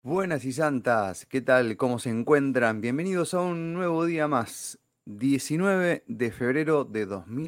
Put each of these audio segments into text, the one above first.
Buenas y santas, ¿qué tal? ¿Cómo se encuentran? Bienvenidos a un nuevo día más, 19 de febrero de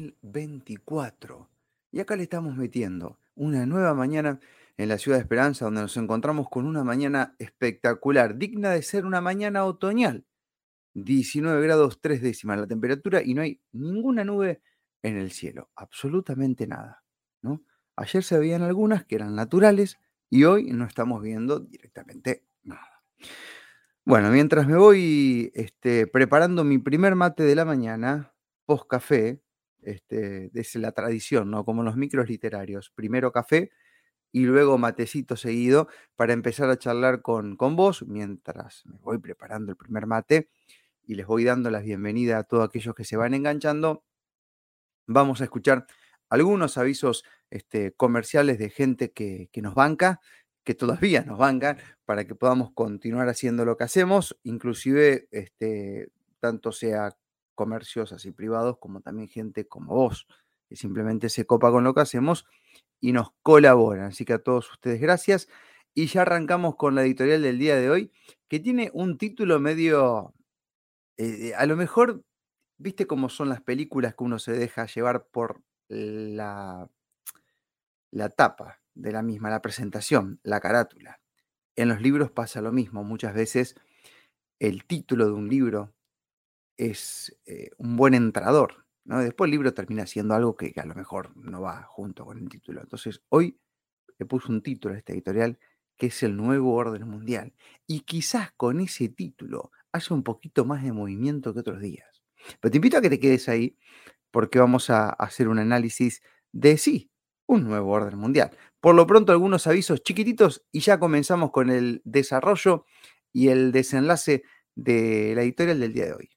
2024. Y acá le estamos metiendo una nueva mañana en la ciudad de Esperanza, donde nos encontramos con una mañana espectacular, digna de ser una mañana otoñal. 19 grados 3 décimas la temperatura y no hay ninguna nube en el cielo, absolutamente nada, ¿no? Ayer se veían algunas que eran naturales y hoy no estamos viendo directamente nada. Bueno, mientras me voy preparando mi primer mate de la mañana, post café, es la tradición, ¿no? Como los micros literarios, primero café y luego matecito seguido para empezar a charlar con vos mientras me voy preparando el primer mate y les voy dando las bienvenidas a todos aquellos que se van enganchando. Vamos a escuchar algunos avisos comerciales de gente que nos banca, que todavía nos bancan, para que podamos continuar haciendo lo que hacemos, inclusive tanto sea comercios así privados como también gente como vos, que simplemente se copa con lo que hacemos y nos colaboran. Así que a todos ustedes gracias. Y ya arrancamos con la editorial del día de hoy, que tiene un título medio, a lo mejor, viste cómo son las películas que uno se deja llevar por la, la tapa de la misma, la presentación, la carátula. En los libros pasa lo mismo. Muchas veces el título de un libro es un buen entrador, ¿no? Después el libro termina siendo algo que a lo mejor no va junto con el título. Entonces, hoy le puso un título a esta editorial que es el nuevo orden mundial. Y quizás con ese título haya un poquito más de movimiento que otros días. Pero te invito a que te quedes ahí porque vamos a hacer un análisis de sí, un nuevo orden mundial. Por lo pronto, algunos avisos chiquititos y ya comenzamos con el desarrollo y el desenlace de la editorial del día de hoy.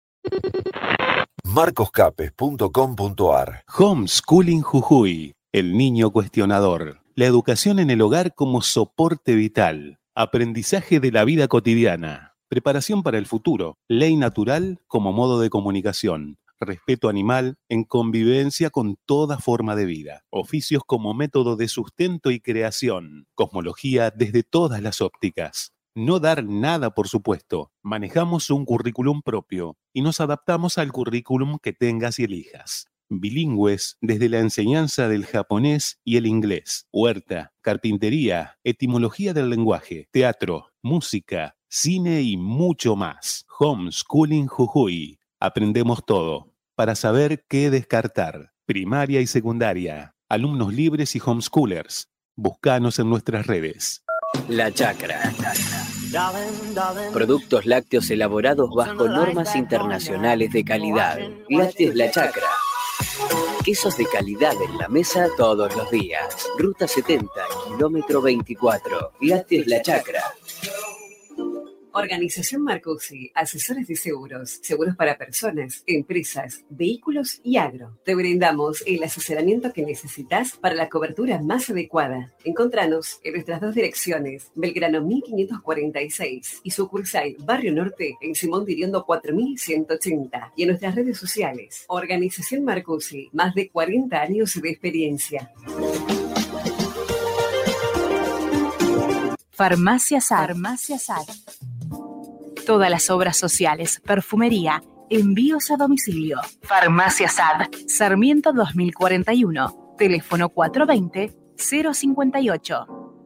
marcoscapes.com.ar Homeschooling Jujuy, el niño cuestionador. La educación en el hogar como soporte vital. Aprendizaje de la vida cotidiana. Preparación para el futuro. Ley natural como modo de comunicación. Respeto animal en convivencia con toda forma de vida. Oficios como método de sustento y creación. Cosmología desde todas las ópticas. No dar nada por supuesto. Manejamos un currículum propio y nos adaptamos al currículum que tengas y elijas. Bilingües desde la enseñanza del japonés y el inglés. Huerta, carpintería, etimología del lenguaje, teatro, música, cine y mucho más. Homeschooling Jujuy. Aprendemos todo para saber qué descartar. Primaria y secundaria. Alumnos libres y homeschoolers. Búscanos en nuestras redes. La Chacra. Productos lácteos elaborados bajo normas internacionales de calidad. Lácteos La Chacra. Quesos de calidad en la mesa todos los días. Ruta 70, kilómetro 24. Lácteos La Chacra. Organización Marcusi, asesores de seguros, seguros para personas, empresas, vehículos y agro. Te brindamos el asesoramiento que necesitas para la cobertura más adecuada. Encontranos en nuestras dos direcciones, Belgrano 1546 y sucursal Barrio Norte en Simón de Iriondo 4180 y en nuestras redes sociales. Organización Marcusi, más de 40 años de experiencia. Farmacia SAD. Todas las obras sociales, perfumería, envíos a domicilio. Farmacia SAD, Sarmiento 2041, teléfono 420-058.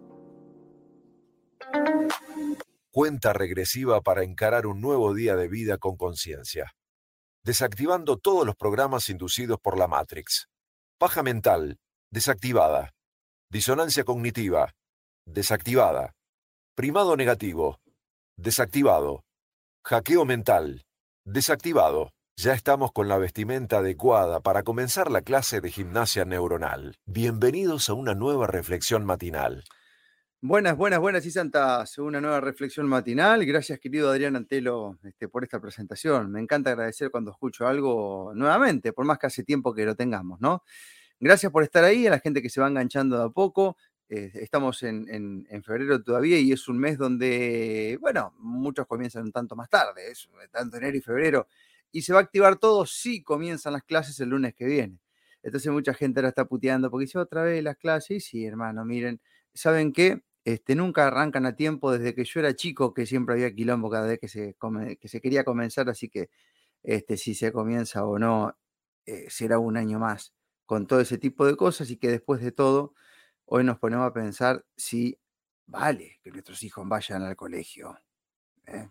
Cuenta regresiva para encarar un nuevo día de vida con conciencia. Desactivando todos los programas inducidos por la Matrix. Paja mental, desactivada. Disonancia cognitiva, desactivada. Primado negativo, desactivado. Hackeo mental, desactivado. Ya estamos con la vestimenta adecuada para comenzar la clase de gimnasia neuronal. Bienvenidos a una nueva reflexión matinal. Buenas y santas, una nueva reflexión matinal. Gracias, querido Adrián Antelo, por esta presentación. Me encanta agradecer cuando escucho algo nuevamente, por más que hace tiempo que lo tengamos, ¿no? Gracias por estar ahí, a la gente que se va enganchando de a poco. Estamos en febrero todavía y es un mes donde, bueno, muchos comienzan un tanto más tarde, es tanto enero y febrero, y se va a activar todo si comienzan las clases el lunes que viene. Entonces mucha gente ahora está puteando porque dice otra vez las clases, y sí, hermano, miren, ¿saben qué? nunca arrancan a tiempo. Desde que yo era chico, que siempre había quilombo cada vez que se quería comenzar, así que si se comienza o no, será un año más con todo ese tipo de cosas, y que después de todo, hoy nos ponemos a pensar si vale que nuestros hijos vayan al colegio, ¿eh?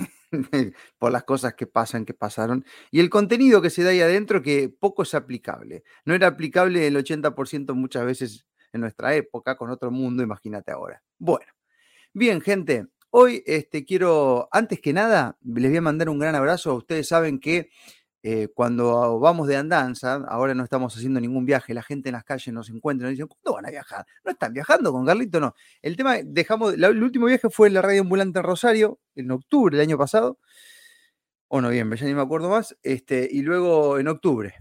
Por las cosas que pasan, que pasaron, y el contenido que se da ahí adentro, que poco es aplicable. No era aplicable el 80% muchas veces en nuestra época, con otro mundo, imagínate ahora. Bueno, bien, gente, hoy quiero, antes que nada, les voy a mandar un gran abrazo. Ustedes saben que cuando vamos de andanza, ahora no estamos haciendo ningún viaje, la gente en las calles nos encuentra y nos dicen, ¿cuándo van a viajar? ¿No están viajando con Carlito? No. El tema, el último viaje fue en la radio ambulante en Rosario, en octubre del año pasado, o noviembre, ya ni me acuerdo más, y luego en octubre.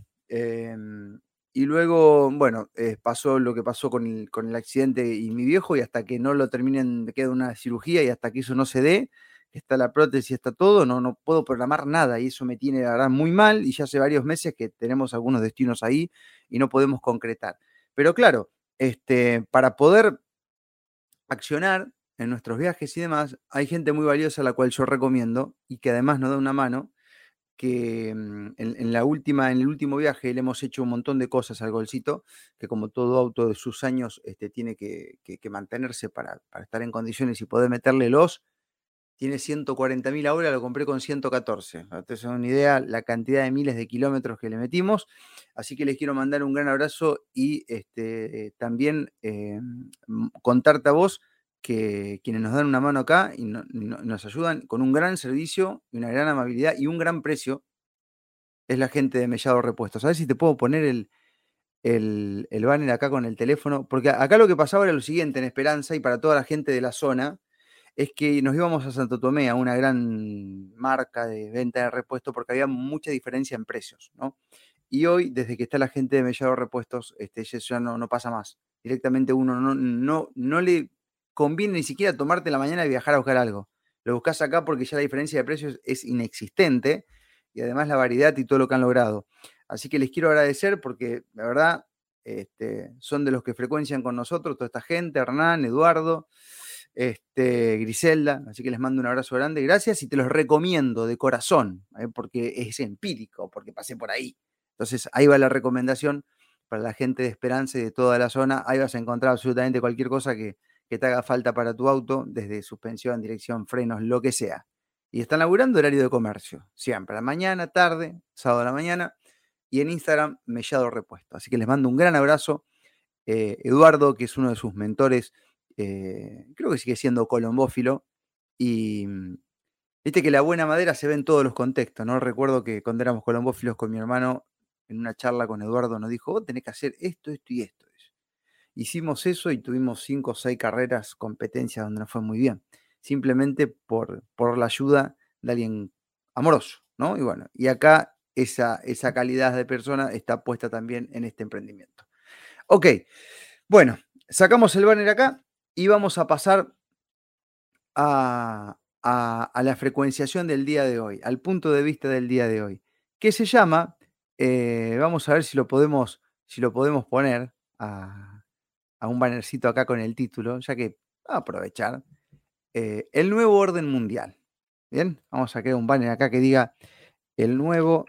Y luego, bueno, pasó lo que pasó con el accidente y mi viejo, y hasta que no lo terminen, queda una cirugía, y hasta que eso no se dé, está la prótesis, está todo, no puedo programar nada, y eso me tiene, la verdad, muy mal, y ya hace varios meses que tenemos algunos destinos ahí y no podemos concretar. Pero claro, para poder accionar en nuestros viajes y demás, hay gente muy valiosa a la cual yo recomiendo y que además nos da una mano, que en el último viaje le hemos hecho un montón de cosas al Golcito, que como todo auto de sus años tiene que mantenerse para estar en condiciones y poder meterle tiene 140.000 ahora, lo compré con 114. Para ustedes se dan una idea, la cantidad de miles de kilómetros que le metimos. Así que les quiero mandar un gran abrazo y también contarte a vos que quienes nos dan una mano acá y nos ayudan con un gran servicio y una gran amabilidad y un gran precio, es la gente de Mellado Repuestos. A ver si te puedo poner el banner acá con el teléfono, porque acá lo que pasaba era lo siguiente en Esperanza, y para toda la gente de la zona, es que nos íbamos a Santo Tomé, a una gran marca de venta de repuestos, porque había mucha diferencia en precios, ¿no? Y hoy, desde que está la gente de Mellado Repuestos, eso ya no pasa más. Directamente uno no le conviene ni siquiera tomarte la mañana y viajar a buscar algo. Lo buscas acá porque ya la diferencia de precios es inexistente, y además la variedad y todo lo que han logrado. Así que les quiero agradecer porque, la verdad, son de los que frecuencian con nosotros, toda esta gente, Hernán, Eduardo, Griselda, así que les mando un abrazo grande, gracias, y te los recomiendo de corazón, porque es empírico, porque pasé por ahí. Entonces ahí va la recomendación para la gente de Esperanza y de toda la zona. Ahí vas a encontrar absolutamente cualquier cosa que te haga falta para tu auto, desde suspensión, dirección, frenos, lo que sea. Y están laburando horario de comercio, siempre, a la mañana, tarde, sábado a la mañana, y en Instagram, Mellado Repuesto. Así que les mando un gran abrazo. Eduardo, que es uno de sus mentores, creo que sigue siendo colombófilo, y viste que la buena madera se ve en todos los contextos, ¿no? Recuerdo que cuando éramos colombófilos con mi hermano, en una charla con Eduardo nos dijo, vos tenés que hacer esto, esto y esto. Hicimos eso y tuvimos 5 o 6 carreras, competencias donde nos fue muy bien, simplemente por la ayuda de alguien amoroso, ¿no? Y bueno, y acá esa calidad de persona está puesta también en este emprendimiento. Ok, bueno, sacamos el banner acá y vamos a pasar a la frecuenciación del día de hoy, al punto de vista del día de hoy, que se llama, vamos a ver si lo podemos poner a un bannercito acá con el título, ya que va a aprovechar, el nuevo orden mundial. Bien, vamos a crear un banner acá que diga el nuevo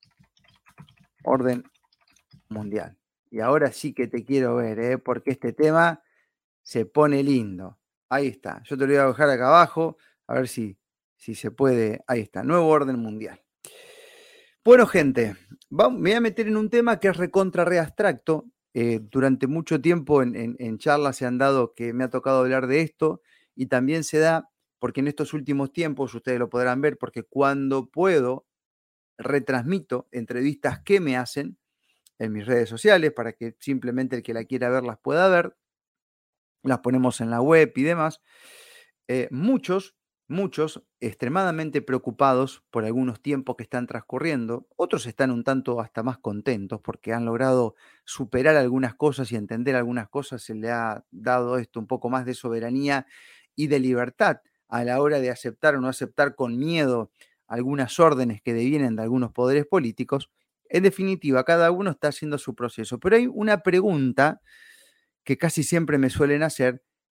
orden mundial. Y ahora sí que te quiero ver, porque este tema se pone lindo. Ahí está. Yo te lo voy a dejar acá abajo, a ver si se puede. Ahí está, nuevo orden mundial. Bueno, gente, me voy a meter en un tema que es recontra re abstracto. Durante mucho tiempo en charlas se han dado que me ha tocado hablar de esto, y también se da porque en estos últimos tiempos, ustedes lo podrán ver, porque cuando puedo retransmito entrevistas que me hacen en mis redes sociales para que simplemente el que la quiera ver las pueda ver. Las ponemos en la web y demás. Muchos extremadamente preocupados por algunos tiempos que están transcurriendo. Otros están un tanto hasta más contentos porque han logrado superar algunas cosas y entender algunas cosas. Se le ha dado esto un poco más de soberanía y de libertad a la hora de aceptar o no aceptar con miedo algunas órdenes que devienen de algunos poderes políticos. En definitiva, cada uno está haciendo su proceso. Pero hay una pregunta que casi siempre me suelen hacer,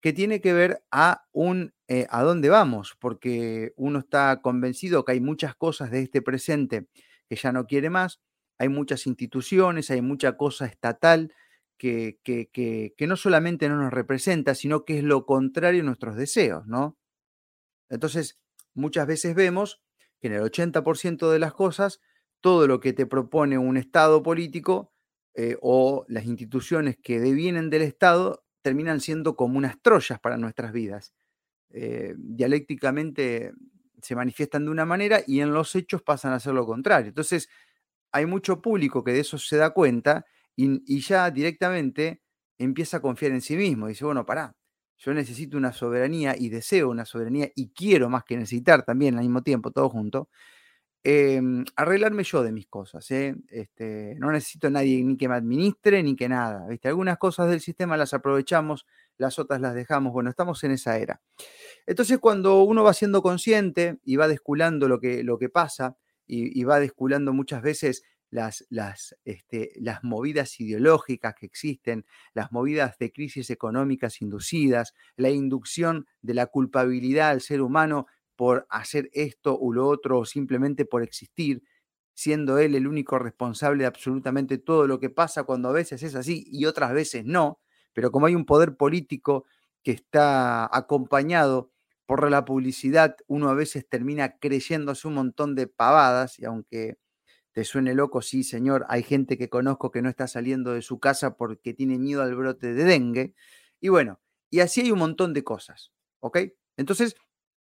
que tiene que ver a dónde vamos, porque uno está convencido que hay muchas cosas de este presente que ya no quiere más, hay muchas instituciones, hay mucha cosa estatal que no solamente no nos representa, sino que es lo contrario a nuestros deseos, ¿no? Entonces, muchas veces vemos que en el 80% de las cosas, todo lo que te propone un Estado político o las instituciones que devienen del Estado terminan siendo como unas troyas para nuestras vidas. Dialécticamente se manifiestan de una manera y en los hechos pasan a ser lo contrario. Entonces, hay mucho público que de eso se da cuenta y ya directamente empieza a confiar en sí mismo. Dice, bueno, pará, yo necesito una soberanía y deseo una soberanía y quiero más que necesitar también al mismo tiempo, todo junto, arreglarme yo de mis cosas. No necesito a nadie ni que me administre ni que nada. ¿Viste? Algunas cosas del sistema las aprovechamos, las otras las dejamos. Bueno, estamos en esa era. Entonces, cuando uno va siendo consciente y va desculando lo que pasa y va desculando muchas veces las movidas ideológicas que existen, las movidas de crisis económicas inducidas, la inducción de la culpabilidad al ser humano por hacer esto u lo otro o simplemente por existir, siendo él el único responsable de absolutamente todo lo que pasa, cuando a veces es así y otras veces no, pero como hay un poder político que está acompañado por la publicidad, uno a veces termina creyéndose un montón de pavadas, y aunque te suene loco, sí, señor, hay gente que conozco que no está saliendo de su casa porque tiene miedo al brote de dengue, y bueno, y así hay un montón de cosas, ¿ok? Entonces,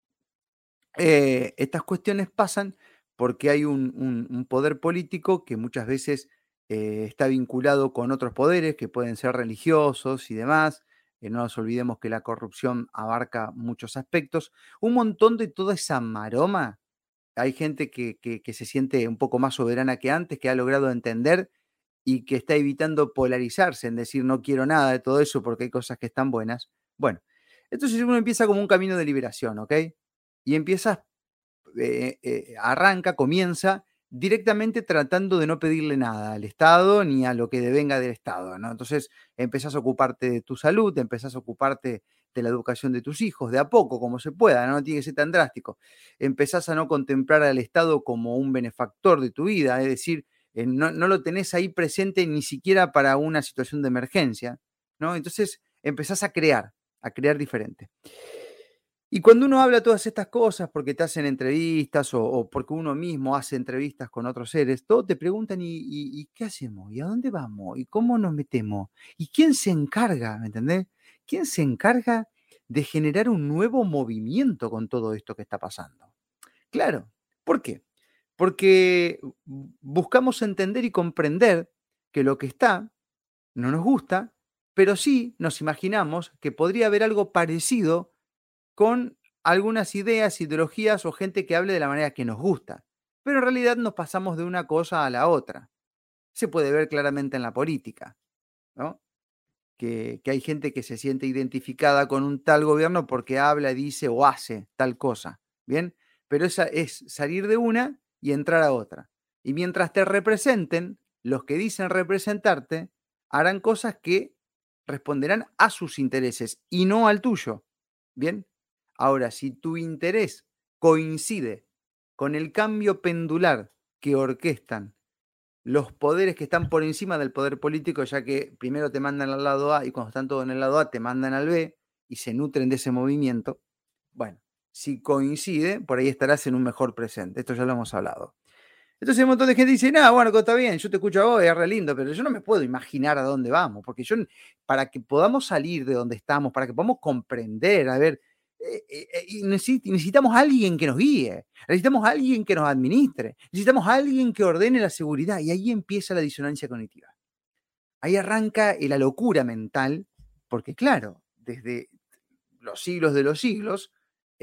estas cuestiones pasan porque hay un poder político que muchas veces está vinculado con otros poderes que pueden ser religiosos y demás. No nos olvidemos que la corrupción abarca muchos aspectos. Un montón de toda esa maroma. Hay gente que se siente un poco más soberana que antes, que ha logrado entender y que está evitando polarizarse en decir no quiero nada de todo eso porque hay cosas que están buenas. Bueno, entonces uno empieza como un camino de liberación, ¿ok? Y empiezas comienza directamente tratando de no pedirle nada al Estado ni a lo que devenga del Estado, ¿no? Entonces empezás a ocuparte de tu salud, empezás a ocuparte de la educación de tus hijos, de a poco, como se pueda, no tiene que ser tan drástico. Empezás a no contemplar al Estado como un benefactor de tu vida, es decir, no lo tenés ahí presente ni siquiera para una situación de emergencia, ¿no? Entonces empezás a crear diferente. Y cuando uno habla todas estas cosas, porque te hacen entrevistas o porque uno mismo hace entrevistas con otros seres, todos te preguntan, ¿y qué hacemos? ¿Y a dónde vamos? ¿Y cómo nos metemos? ¿Y quién se encarga? ¿Me entendés? ¿Quién se encarga de generar un nuevo movimiento con todo esto que está pasando? Claro, ¿por qué? Porque buscamos entender y comprender que lo que está no nos gusta, pero sí nos imaginamos que podría haber algo parecido con algunas ideas, ideologías o gente que hable de la manera que nos gusta. Pero en realidad nos pasamos de una cosa a la otra. Se puede ver claramente en la política, ¿no? Que hay gente que se siente identificada con un tal gobierno porque habla, dice o hace tal cosa, ¿bien? Pero esa es salir de una y entrar a otra. Y mientras te representen, los que dicen representarte harán cosas que responderán a sus intereses y no al tuyo, ¿bien? Ahora, si tu interés coincide con el cambio pendular que orquestan los poderes que están por encima del poder político, ya que primero te mandan al lado A y cuando están todos en el lado A te mandan al B y se nutren de ese movimiento, bueno, si coincide, por ahí estarás en un mejor presente. Esto ya lo hemos hablado. Entonces hay un montón de gente que dice, no, bueno, está bien, yo te escucho a vos, es re lindo, pero yo no me puedo imaginar a dónde vamos, porque para que podamos salir de donde estamos, para que podamos comprender, a ver, necesitamos a alguien que nos guíe, necesitamos a alguien que nos administre, necesitamos a alguien que ordene la seguridad, y ahí empieza la disonancia cognitiva. Ahí arranca la locura mental, porque claro, desde los siglos de los siglos,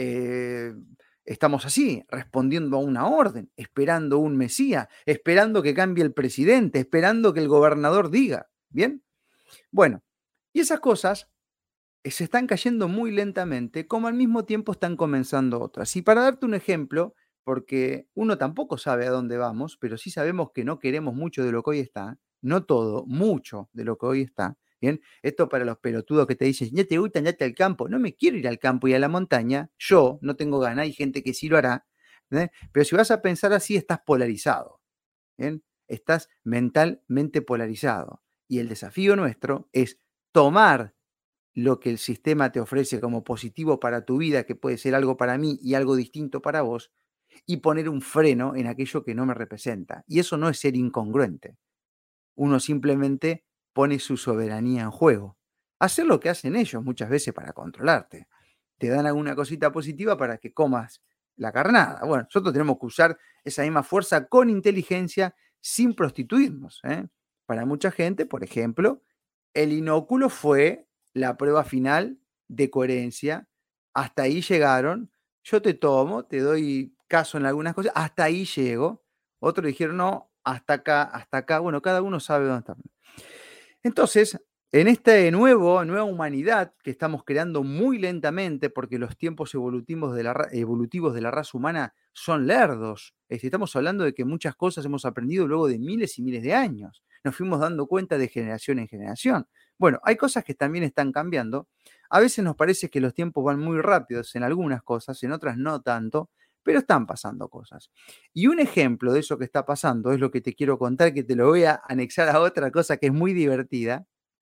estamos así, respondiendo a una orden, esperando un Mesías, esperando que cambie el presidente, esperando que el gobernador diga, ¿bien? Bueno, y esas cosas se están cayendo muy lentamente, como al mismo tiempo están comenzando otras. Y para darte un ejemplo, porque uno tampoco sabe a dónde vamos, pero sí sabemos que no queremos mucho de lo que hoy está, no todo, mucho de lo que hoy está, Bien, esto para los pelotudos que te dicen, ya te gusta andate al campo. No me quiero ir al campo y a la montaña. Yo no tengo ganas, hay gente que sí lo hará. Pero si vas a pensar así, estás polarizado. ¿Bien? Estás mentalmente polarizado. Y el desafío nuestro es tomar lo que el sistema te ofrece como positivo para tu vida, que puede ser algo para mí y algo distinto para vos, y poner un freno en aquello que no me representa. Y eso no es ser incongruente. Uno simplemente pone su soberanía en juego. Hacer lo que hacen ellos muchas veces para controlarte. Te dan alguna cosita positiva para que comas la carnada. Bueno, nosotros tenemos que usar esa misma fuerza con inteligencia sin prostituirnos. Para mucha gente, por ejemplo, el inóculo fue la prueba final de coherencia. Hasta ahí llegaron. Yo te tomo, te doy caso en algunas cosas, hasta ahí llego. Otros dijeron, no, hasta acá. Bueno, cada uno sabe dónde está. Entonces, en esta nueva humanidad que estamos creando muy lentamente, porque los tiempos evolutivos de la raza humana son lerdos. Estamos hablando de que muchas cosas hemos aprendido luego de miles y miles de años. Nos fuimos dando cuenta de generación en generación. Bueno, hay cosas que también están cambiando. A veces nos parece que los tiempos van muy rápidos en algunas cosas, en otras no tanto, pero están pasando cosas. Y un ejemplo de eso que está pasando es lo que te quiero contar, que te lo voy a anexar a otra cosa que es muy divertida.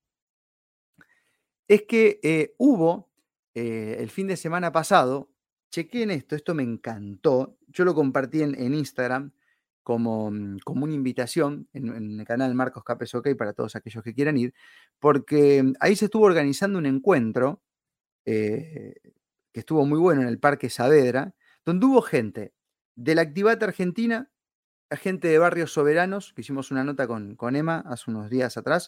Es que hubo el fin de semana pasado, chequeen esto me encantó, yo lo compartí en Instagram como una invitación en el canal Marcos Capes OK para todos aquellos que quieran ir, porque ahí se estuvo organizando un encuentro que estuvo muy bueno en el Parque Saavedra, donde hubo gente de la Activate Argentina, gente de Barrios Soberanos, que hicimos una nota con Emma hace unos días atrás,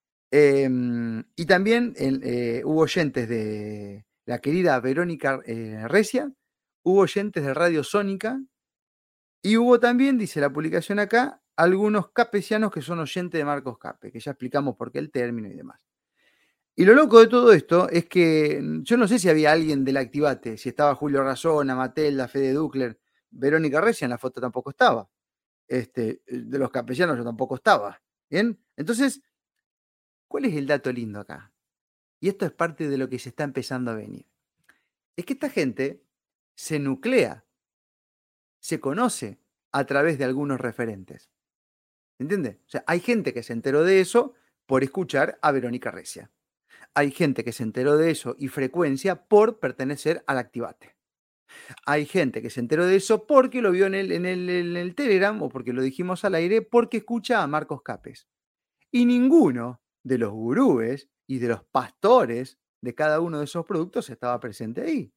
y también hubo oyentes de la querida Verónica Recia, hubo oyentes de Radio Sónica, y hubo también, dice la publicación acá, algunos capesianos que son oyentes de Marcos Cape, que ya explicamos por qué el término y demás. Y lo loco de todo esto es que yo no sé si había alguien del Activate, si estaba Julio Razona, Matelda, Fede Ducler, Verónica Recia en la foto tampoco estaba. De los capellanos yo tampoco estaba. ¿Bien? Entonces, ¿cuál es el dato lindo acá? Y esto es parte de lo que se está empezando a venir. Es que esta gente se nuclea, se conoce a través de algunos referentes. ¿Entiendes? O sea, hay gente que se enteró de eso por escuchar a Verónica Recia. Hay gente que se enteró de eso y frecuencia por pertenecer al Activate. Hay gente que se enteró de eso porque lo vio en el Telegram o porque lo dijimos al aire, porque escucha a Marcos Capes. Y ninguno de los gurúes y de los pastores de cada uno de esos productos estaba presente ahí.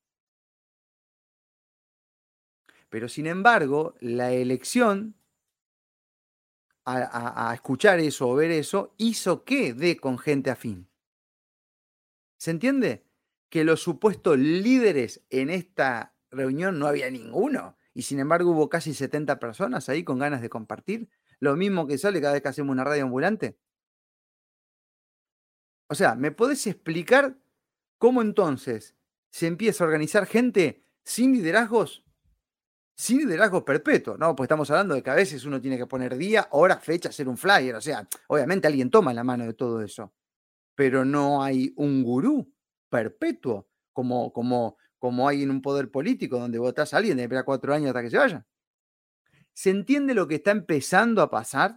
Pero sin embargo, la elección a escuchar eso o ver eso hizo que dé con gente afín. ¿Se entiende? Que los supuestos líderes en esta reunión no había ninguno. Y sin embargo hubo casi 70 personas ahí con ganas de compartir. Lo mismo que sale cada vez que hacemos una radio ambulante. O sea, ¿me podés explicar cómo entonces se empieza a organizar gente sin liderazgos? Sin liderazgo perpetuo, ¿no? Pues estamos hablando de que a veces uno tiene que poner día, hora, fecha, hacer un flyer. O sea, obviamente alguien toma la mano de todo eso. Pero no hay un gurú perpetuo como hay en un poder político donde votás a alguien de esperar 4 años hasta que se vaya. ¿Se entiende lo que está empezando a pasar?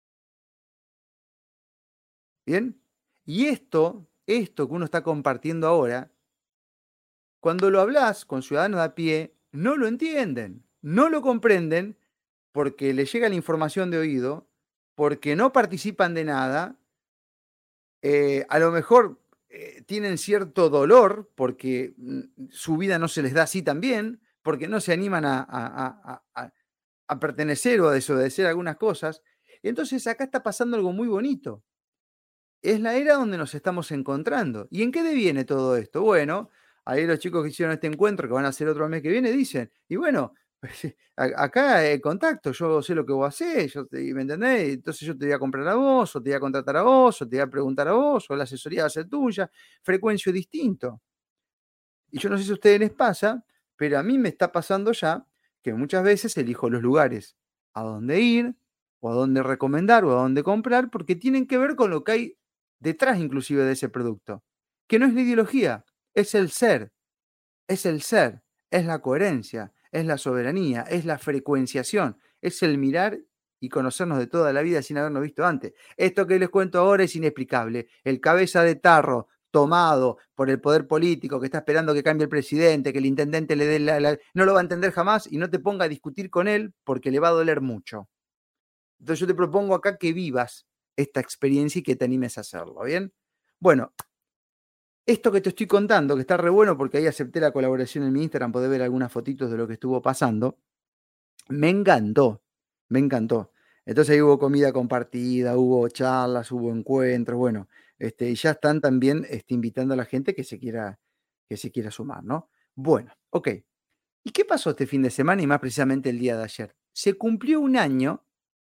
¿Bien? Y esto que uno está compartiendo ahora, cuando lo hablas con ciudadanos de a pie, no lo entienden, no lo comprenden porque les llega la información de oído, porque no participan de nada, a lo mejor tienen cierto dolor porque su vida no se les da así también, porque no se animan a pertenecer o a desobedecer algunas cosas. Y entonces acá está pasando algo muy bonito. Es la era donde nos estamos encontrando. ¿Y en qué deviene todo esto? Bueno, ahí los chicos que hicieron este encuentro, que van a hacer otro mes que viene, dicen, y bueno, acá contacto, yo sé lo que vos hacés, ¿me entendés? Entonces yo te voy a comprar a vos, o te voy a contratar a vos, o te voy a preguntar a vos, o la asesoría va a ser tuya, frecuencio distinto. Y yo no sé si a ustedes les pasa, pero a mí me está pasando ya que muchas veces elijo los lugares a dónde ir, o a dónde recomendar, o a dónde comprar, porque tienen que ver con lo que hay detrás inclusive de ese producto, que no es la ideología, es el ser, es la coherencia, es la soberanía, es la frecuenciación, es el mirar y conocernos de toda la vida sin habernos visto antes. Esto que les cuento ahora es inexplicable. El cabeza de tarro tomado por el poder político que está esperando que cambie el presidente, que el intendente le dé no lo va a entender jamás y no te ponga a discutir con él porque le va a doler mucho. Entonces yo te propongo acá que vivas esta experiencia y que te animes a hacerlo, ¿bien? Bueno, esto que te estoy contando, que está re bueno porque ahí acepté la colaboración en mi Instagram, podés ver algunas fotitos de lo que estuvo pasando, me encantó. Entonces ahí hubo comida compartida, hubo charlas, hubo encuentros, bueno, y ya están también invitando a la gente que se quiera sumar, ¿no? Bueno, ok. ¿Y qué pasó este fin de semana y más precisamente el día de ayer? Se cumplió un año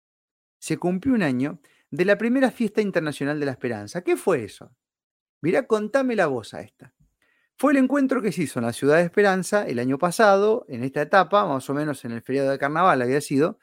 de la primera Fiesta Internacional de la Esperanza. ¿Qué fue eso? Mirá, contame la voz a esta. Fue el encuentro que se hizo en la ciudad de Esperanza el año pasado, en esta etapa, más o menos en el feriado de carnaval había sido,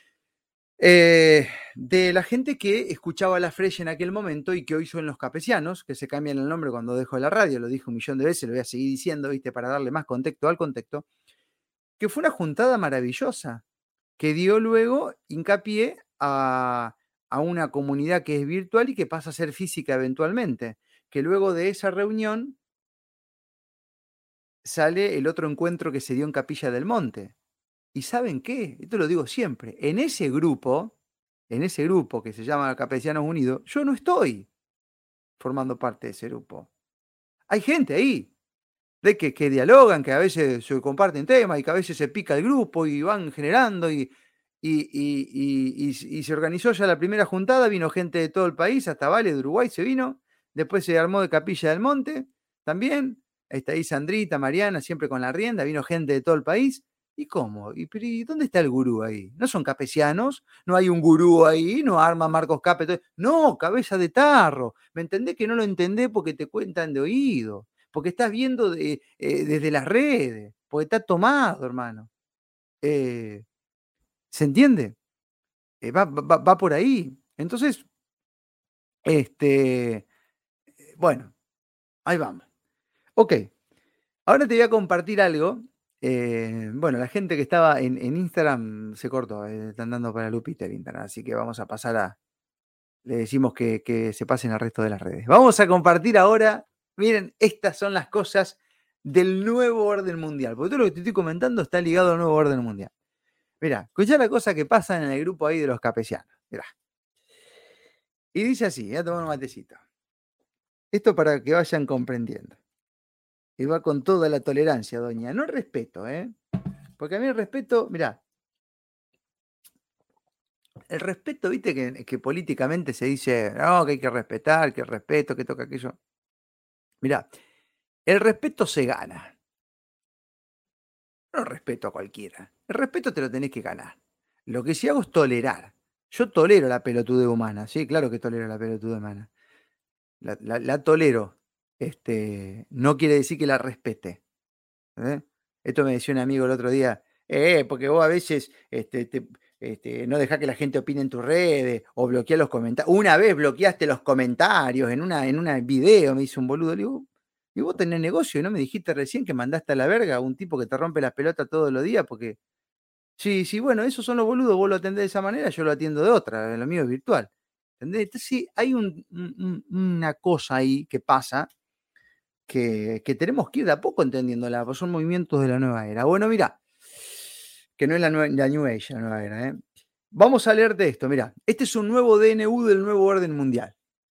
de la gente que escuchaba la Freya en aquel momento y que hoy son los capesianos, que se cambian el nombre cuando dejo la radio, lo dije 1.000.000 de veces, lo voy a seguir diciendo, ¿viste? Para darle más contexto al contexto, que fue una juntada maravillosa, que dio luego hincapié a una comunidad que es virtual y que pasa a ser física eventualmente, que luego de esa reunión sale el otro encuentro que se dio en Capilla del Monte. ¿Y saben qué? Esto lo digo siempre. En ese grupo que se llama Capesianos Unidos, yo no estoy formando parte de ese grupo. Hay gente ahí de que dialogan, que a veces se comparten temas y que a veces se pica el grupo y van generando y se organizó ya la primera juntada, vino gente de todo el país, hasta Vale de Uruguay se vino, después se armó de Capilla del Monte también, está ahí Sandrita, Mariana, siempre con la rienda, vino gente de todo el país. ¿Y cómo? ¿Y dónde está el gurú ahí? ¿No son capesianos? ¿No hay un gurú ahí? ¿No arma Marcos Cape? No, cabeza de tarro. ¿Me entendés que no lo entendés porque te cuentan de oído? Porque estás viendo desde las redes, porque está tomado, hermano. ¿Se entiende? Va por ahí. Entonces, bueno, ahí vamos. Ok, ahora te voy a compartir algo. Bueno, la gente que estaba en Instagram se cortó, están dando para Lupita el Instagram, así que vamos a pasar le decimos que se pasen al resto de las redes. Vamos a compartir ahora, miren, estas son las cosas del nuevo orden mundial, porque todo lo que te estoy comentando está ligado al nuevo orden mundial. Mirá, escuchá la cosa que pasa en el grupo ahí de los capesianos, mirá. Y dice así, voy a tomar un matecito. Esto para que vayan comprendiendo. Y va con toda la tolerancia, doña. No respeto, porque a mí el respeto, mirá, el respeto, viste que políticamente se dice, no, que hay que respetar, que respeto, que toca aquello. Mirá, el respeto se gana. No respeto a cualquiera. El respeto te lo tenés que ganar. Lo que sí hago es tolerar. Yo tolero la pelotudez humana, sí, claro que tolero la pelotudez humana. La tolero. No quiere decir que la respete. Esto me decía un amigo el otro día, porque vos a veces no dejás que la gente opine en tus redes o bloqueás los comentarios. Una vez bloqueaste los comentarios en una video, me hizo un boludo. Le digo, y vos tenés negocio y no me dijiste recién que mandaste a la verga a un tipo que te rompe las pelotas todos los días porque... Sí, bueno, esos son los boludos, vos lo atendés de esa manera, yo lo atiendo de otra, lo mío es virtual. ¿Entendés? Entonces sí, hay una cosa ahí que pasa que tenemos que ir de a poco entendiéndola, pues son movimientos de la nueva era. Bueno, mirá, que no es la New Age, la nueva era. Vamos a leer de esto, mirá. Este es un nuevo DNU del nuevo orden mundial.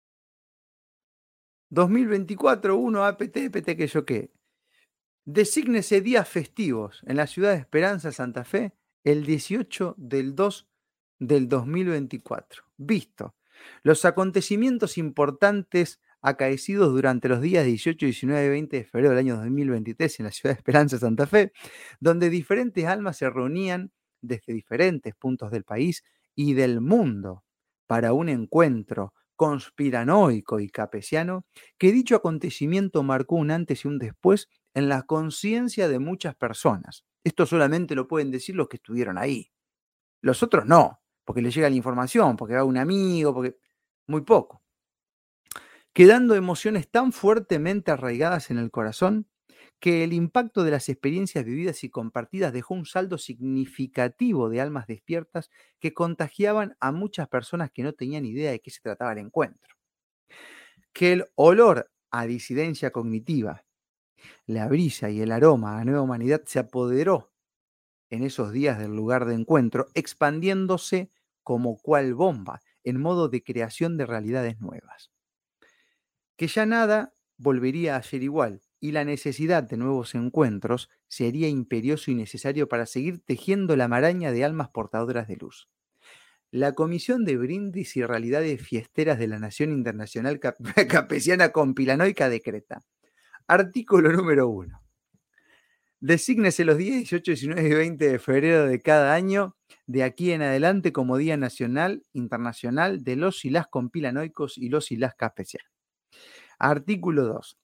2024, 1 APT, PT, que yo qué. Desígnese días festivos en la ciudad de Esperanza, Santa Fe, el 18 del 2 del 2024. Visto. Los acontecimientos importantes acaecidos durante los días 18, 19 y 20 de febrero del año 2023 en la ciudad de Esperanza, Santa Fe, donde diferentes almas se reunían desde diferentes puntos del país y del mundo para un encuentro conspiranoico y capesiano, que dicho acontecimiento marcó un antes y un después en la conciencia de muchas personas. Esto solamente lo pueden decir los que estuvieron ahí. Los otros no, porque les llega la información, porque va un amigo, porque muy poco. quedando emociones tan fuertemente arraigadas en el corazón que el impacto de las experiencias vividas y compartidas dejó un saldo significativo de almas despiertas que contagiaban a muchas personas que no tenían idea de qué se trataba el encuentro. Que el olor a disidencia cognitiva, la brisa y el aroma a nueva humanidad se apoderó en esos días del lugar de encuentro, expandiéndose como cual bomba en modo de creación de realidades nuevas. Que ya nada volvería a ser igual y la necesidad de nuevos encuentros sería imperioso y necesario para seguir tejiendo la maraña de almas portadoras de luz. La Comisión de Brindis y Realidades Fiesteras de la Nación Internacional Capesiana Compilanoica decreta. Artículo número 1. Desígnese los días 18, 19 y 20 de febrero de cada año de aquí en adelante como Día Nacional Internacional de los y las compilanoicos y los y las capesianos. Artículo 2.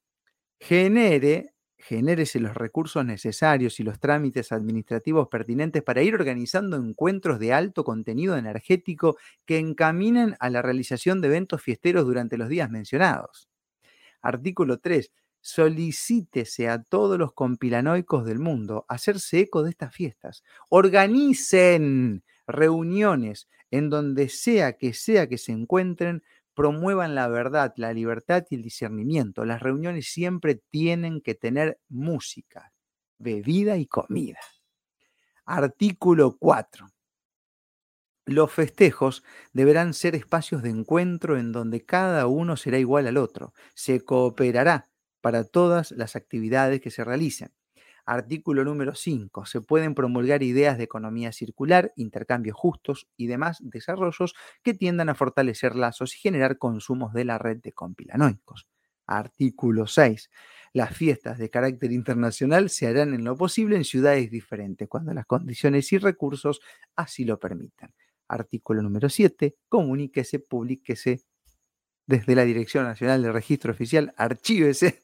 Genérese los recursos necesarios y los trámites administrativos pertinentes para ir organizando encuentros de alto contenido energético que encaminen a la realización de eventos fiesteros durante los días mencionados. Artículo 3. Solicítese a todos los compilanoicos del mundo hacerse eco de estas fiestas. Organicen reuniones en donde sea que se encuentren, promuevan la verdad, la libertad y el discernimiento. Las reuniones siempre tienen que tener música, bebida y comida. Artículo 4. Los festejos deberán ser espacios de encuentro en donde cada uno será igual al otro. Se cooperará para todas las actividades que se realicen. Artículo número 5. Se pueden promulgar ideas de economía circular, intercambios justos y demás desarrollos que tiendan a fortalecer lazos y generar consumos de la red de compilanoicos. Artículo 6. Las fiestas de carácter internacional se harán en lo posible en ciudades diferentes, cuando las condiciones y recursos así lo permitan. Artículo número 7. Comuníquese, publíquese desde la Dirección Nacional de Registro Oficial, archívese.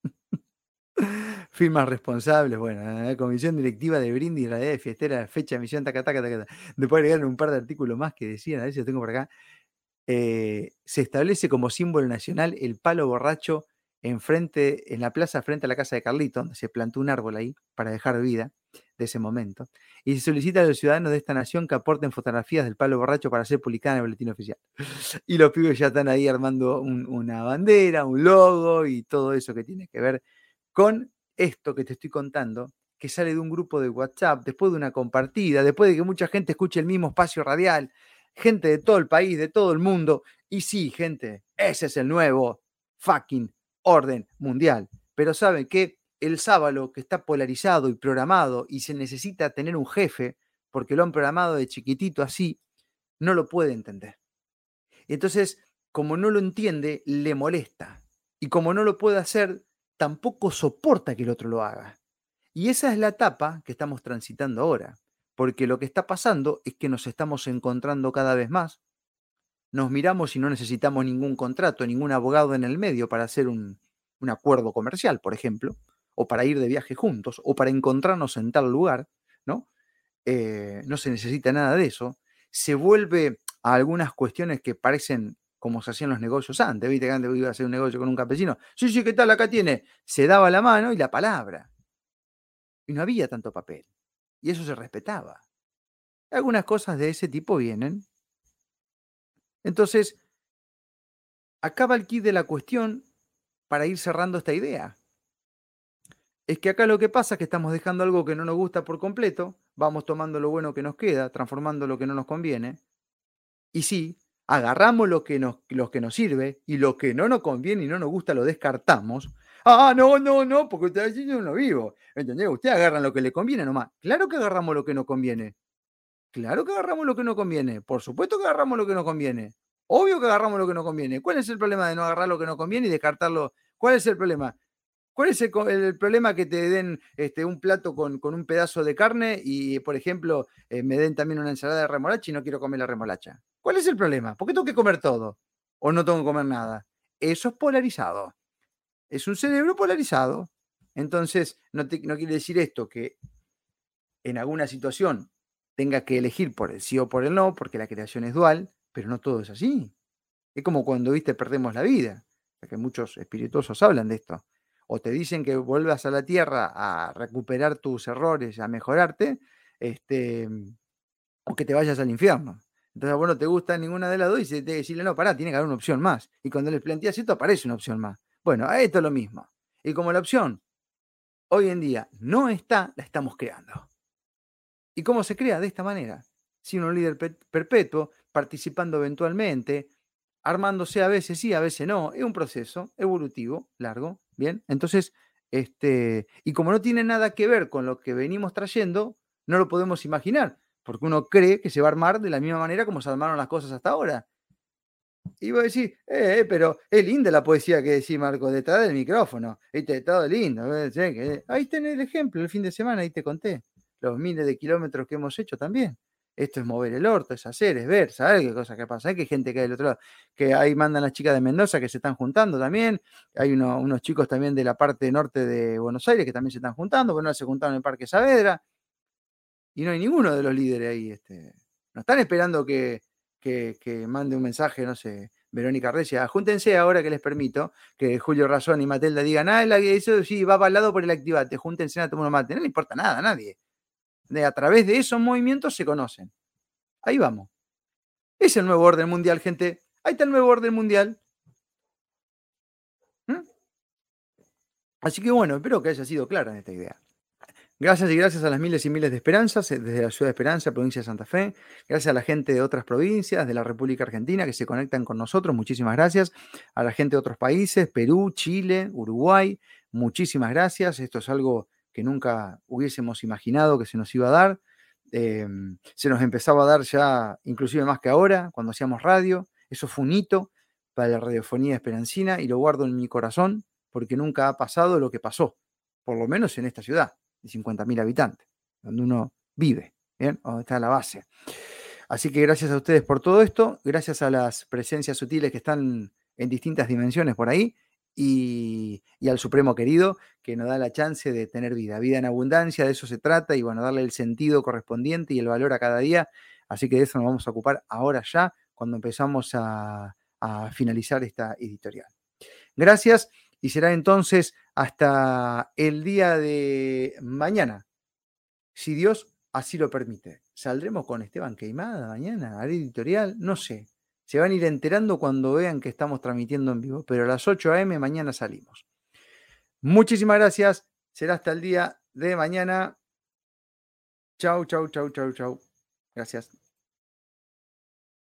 Firmas responsables, bueno, Comisión Directiva de Brindis y Realidades Fiesteras, fecha de emisión, taca. Después agregaron un par de artículos más que decían, a ver si lo tengo por acá. Se establece como símbolo nacional el palo borracho en la plaza frente a la casa de Carlito, donde se plantó un árbol ahí para dejar vida de ese momento. Y se solicita a los ciudadanos de esta nación que aporten fotografías del palo borracho para ser publicada en el boletín oficial. Y los pibes ya están ahí armando una bandera, un logo y todo eso que tiene que ver con esto que te estoy contando, que sale de un grupo de WhatsApp, después de una compartida, después de que mucha gente escuche el mismo espacio radial, gente de todo el país, de todo el mundo. Y sí, gente, ese es el nuevo fucking orden mundial. Pero ¿saben qué? El sábado que está polarizado y programado y se necesita tener un jefe, porque lo han programado de chiquitito así, no lo puede entender. Entonces, como no lo entiende, le molesta. Y como no lo puede hacer, tampoco soporta que el otro lo haga. Y esa es la etapa que estamos transitando ahora. Porque lo que está pasando es que nos estamos encontrando cada vez más. Nos miramos y no necesitamos ningún contrato, ningún abogado en el medio para hacer un acuerdo comercial, por ejemplo, o para ir de viaje juntos, o para encontrarnos en tal lugar, ¿no? No se necesita nada de eso. Se vuelve a algunas cuestiones que parecen como se hacían los negocios antes. ¿Viste que antes iba a hacer un negocio con un campesino? Sí, ¿qué tal? Acá tiene. Se daba la mano y la palabra. Y no había tanto papel. Y eso se respetaba. Algunas cosas de ese tipo vienen. Entonces, acaba el kit de la cuestión para ir cerrando esta idea. Es que acá lo que pasa es que estamos dejando algo que no nos gusta por completo, vamos tomando lo bueno que nos queda, transformando lo que no nos conviene. Y sí, agarramos lo que nos sirve y lo que no nos conviene y no nos gusta lo descartamos. No, porque usted dice yo no vivo. ¿Entendés? Ustedes agarran lo que le conviene nomás. Claro que agarramos lo que no conviene. Claro que agarramos lo que no conviene. Por supuesto que agarramos lo que no conviene. Obvio que agarramos lo que no conviene. ¿Cuál es el problema de no agarrar lo que no conviene y descartarlo? ¿Cuál es el problema? ¿Cuál es el problema que te den un plato con un pedazo de carne y, por ejemplo, me den también una ensalada de remolacha y no quiero comer la remolacha? ¿Cuál es el problema? ¿Por qué tengo que comer todo? ¿O no tengo que comer nada? Eso es polarizado. Es un cerebro polarizado. Entonces, no quiere decir esto que en alguna situación tenga que elegir por el sí o por el no, porque la creación es dual, pero no todo es así. Es como cuando, perdemos la vida. sea que muchos espirituosos hablan de esto. O te dicen que vuelvas a la tierra a recuperar tus errores, a mejorarte, o que te vayas al infierno. Entonces a vos no te gusta ninguna de las dos y se te decirle, no, pará, tiene que haber una opción más. Y cuando les planteas esto, aparece una opción más. Bueno, a esto es lo mismo. Y como la opción hoy en día no está, la estamos creando. ¿Y cómo se crea? De esta manera. Sin un líder perpetuo, participando eventualmente, armándose a veces sí, a veces no. Es un proceso evolutivo, largo, ¿bien? Entonces, y como no tiene nada que ver con lo que venimos trayendo, no lo podemos imaginar, porque uno cree que se va a armar de la misma manera como se armaron las cosas hasta ahora. Y vos decís, pero es linda la poesía que decís, Marco, detrás del micrófono. Todo lindo. Ahí tenés el ejemplo, el fin de semana, ahí te conté. Los miles de kilómetros que hemos hecho también. Esto es mover el orto, es hacer, es ver, ¿sabes qué cosa que pasa? Hay que gente que hay del otro lado. Que ahí mandan las chicas de Mendoza que se están juntando también. Hay unos chicos también de la parte norte de Buenos Aires que también se están juntando. Bueno, se juntaron en el Parque Saavedra. Y no hay ninguno de los líderes ahí. No están esperando que mande un mensaje, no sé, Verónica Recia, júntense ahora que les permito, que Julio Razón y Matelda digan, eso sí, va para el lado por el Activate, júntense a tomar un mate. No le importa nada a nadie. A través de esos movimientos se conocen. Ahí vamos. Es el nuevo orden mundial, gente. Ahí está el nuevo orden mundial. Así que bueno, espero que haya sido clara en esta idea. Gracias y gracias a las miles y miles de esperanzas desde la ciudad de Esperanza, provincia de Santa Fe. Gracias a la gente de otras provincias de la República Argentina que se conectan con nosotros. Muchísimas gracias. A la gente de otros países, Perú, Chile, Uruguay. Muchísimas gracias. Esto es algo que nunca hubiésemos imaginado que se nos iba a dar. Se nos empezaba a dar ya, inclusive más que ahora, cuando hacíamos radio. Eso fue un hito para la radiofonía esperancina y lo guardo en mi corazón porque nunca ha pasado lo que pasó, por lo menos en esta ciudad de 50.000 habitantes, donde uno vive, ¿bien? Donde está la base. Así que gracias a ustedes por todo esto, gracias a las presencias sutiles que están en distintas dimensiones por ahí y al Supremo querido que nos da la chance de tener vida en abundancia, de eso se trata y bueno, darle el sentido correspondiente y el valor a cada día. Así que de eso nos vamos a ocupar ahora ya, cuando empezamos a finalizar esta editorial. Gracias. Y será entonces hasta el día de mañana, si Dios así lo permite. ¿Saldremos con Esteban Queimada mañana al editorial? No sé. Se van a ir enterando cuando vean que estamos transmitiendo en vivo, pero a las 8 a.m. mañana salimos. Muchísimas gracias. Será hasta el día de mañana. Chau, chau, chau, chau, chau. Gracias.